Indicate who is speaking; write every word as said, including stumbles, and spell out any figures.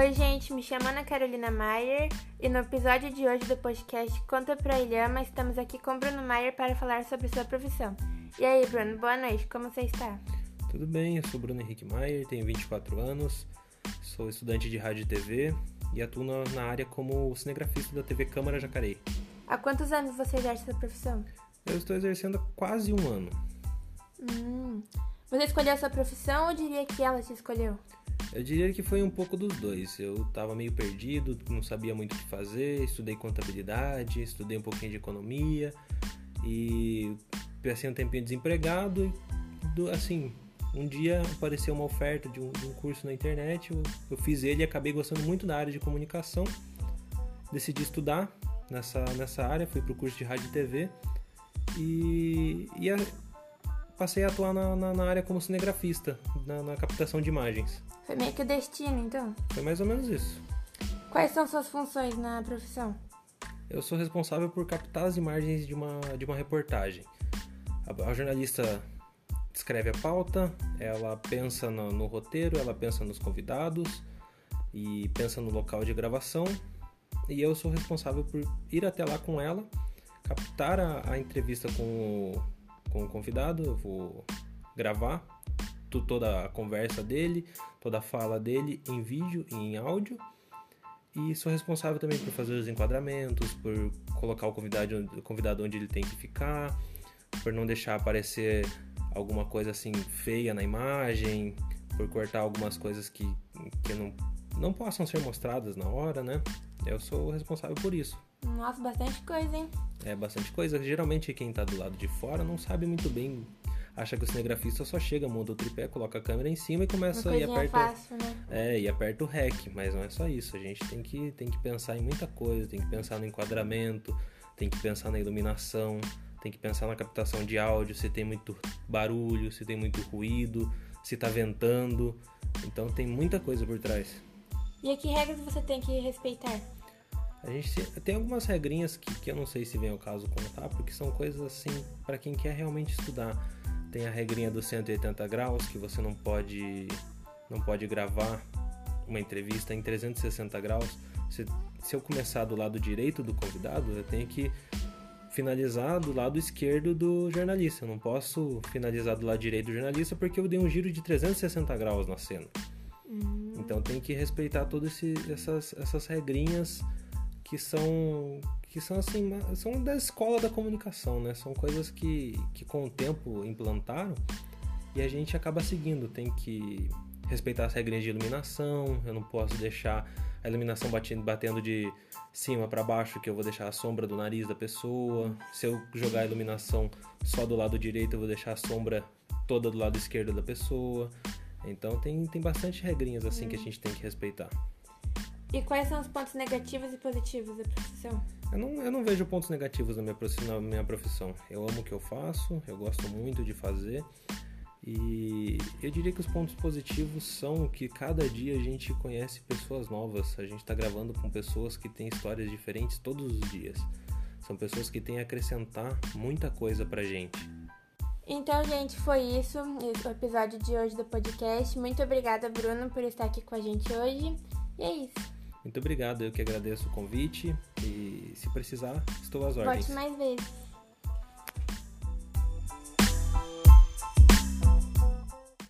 Speaker 1: Oi, gente, me chamo Ana Carolina Maier e no episódio de hoje do podcast Conta Pra Ilhama, estamos aqui com Bruno Maier para falar sobre sua profissão. E aí, Bruno, boa noite, como você está?
Speaker 2: Tudo bem, eu sou Bruno Henrique Maier, tenho vinte e quatro anos, sou estudante de rádio e T V e atuo na, na área como cinegrafista da T V Câmara Jacareí.
Speaker 1: Há quantos anos você exerce essa profissão?
Speaker 2: Eu estou exercendo há quase um ano.
Speaker 1: Hum, você escolheu a sua profissão ou diria que ela te escolheu?
Speaker 2: Eu diria que foi um pouco dos dois. Eu estava meio perdido, não sabia muito o que fazer, estudei contabilidade, estudei um pouquinho de economia e passei um tempinho desempregado e, assim, um dia apareceu uma oferta de um, de um curso na internet, eu, eu fiz ele e acabei gostando muito da área de comunicação, decidi estudar nessa, nessa área, fui para o curso de rádio e T V e, e a, passei a atuar na, na, na área como cinegrafista, na, na captação de imagens.
Speaker 1: Foi meio que o destino, então?
Speaker 2: Foi mais ou menos isso.
Speaker 1: Quais são suas funções na profissão?
Speaker 2: Eu sou responsável por captar as imagens de uma, de uma reportagem. A, a jornalista escreve a pauta, ela pensa no, no roteiro, ela pensa nos convidados e pensa no local de gravação. E eu sou responsável por ir até lá com ela, captar a, a entrevista com o, com o convidado, eu vou gravar toda a conversa dele, toda a fala dele em vídeo e em áudio. E sou responsável também por fazer os enquadramentos, por colocar o convidado, o convidado onde ele tem que ficar, por não deixar aparecer alguma coisa assim feia na imagem, por cortar algumas coisas que, que não, não possam ser mostradas na hora, né? Eu sou responsável por isso.
Speaker 1: Nossa, bastante coisa, hein?
Speaker 2: É, bastante coisa. Geralmente quem tá do lado de fora não sabe muito bem, acha que o cinegrafista só chega, monta o tripé, coloca a câmera em cima e começa
Speaker 1: Uma
Speaker 2: e aperta,
Speaker 1: fácil, né?
Speaker 2: é, e aperta o REC, mas não é só isso. A gente tem que, tem que pensar em muita coisa, tem que pensar no enquadramento, tem que pensar na iluminação, tem que pensar na captação de áudio, se tem muito barulho, se tem muito ruído, se tá ventando. Então tem muita coisa por trás.
Speaker 1: E que regras você tem que respeitar?
Speaker 2: A gente tem algumas regrinhas que, que eu não sei se vem ao caso contar, porque são coisas assim para quem quer realmente estudar. Tem a regrinha dos cento e oitenta graus, que você não pode, não pode gravar uma entrevista em trezentos e sessenta graus. Se, se eu começar do lado direito do convidado, eu tenho que finalizar do lado esquerdo do jornalista. Eu não posso finalizar do lado direito do jornalista porque eu dei um giro de trezentos e sessenta graus na cena.
Speaker 1: Hum.
Speaker 2: Então tem que respeitar todas essas, essas regrinhas que são, que são assim, são da escola da comunicação, né? São coisas que, que com o tempo implantaram e a gente acaba seguindo. Tem que respeitar as regras de iluminação, eu não posso deixar a iluminação batendo, batendo de cima para baixo, que eu vou deixar a sombra do nariz da pessoa. Se eu jogar a iluminação só do lado direito, eu vou deixar a sombra toda do lado esquerdo da pessoa. Então tem, tem bastante regrinhas assim hum. que a gente tem que respeitar.
Speaker 1: E quais são os pontos negativos e positivos da profissão?
Speaker 2: Eu não, eu não vejo pontos negativos na minha, na minha profissão. Eu amo o que eu faço, eu gosto muito de fazer. E eu diria que os pontos positivos são que cada dia a gente conhece pessoas novas. A gente está gravando com pessoas que têm histórias diferentes todos os dias. São pessoas que têm a acrescentar muita coisa pra gente.
Speaker 1: Então, gente, foi isso o episódio de hoje do podcast. Muito obrigada, Bruno, por estar aqui com a gente hoje. E é isso.
Speaker 2: Muito obrigado, eu que agradeço o convite e se precisar, estou às ordens.
Speaker 1: Volte mais vezes.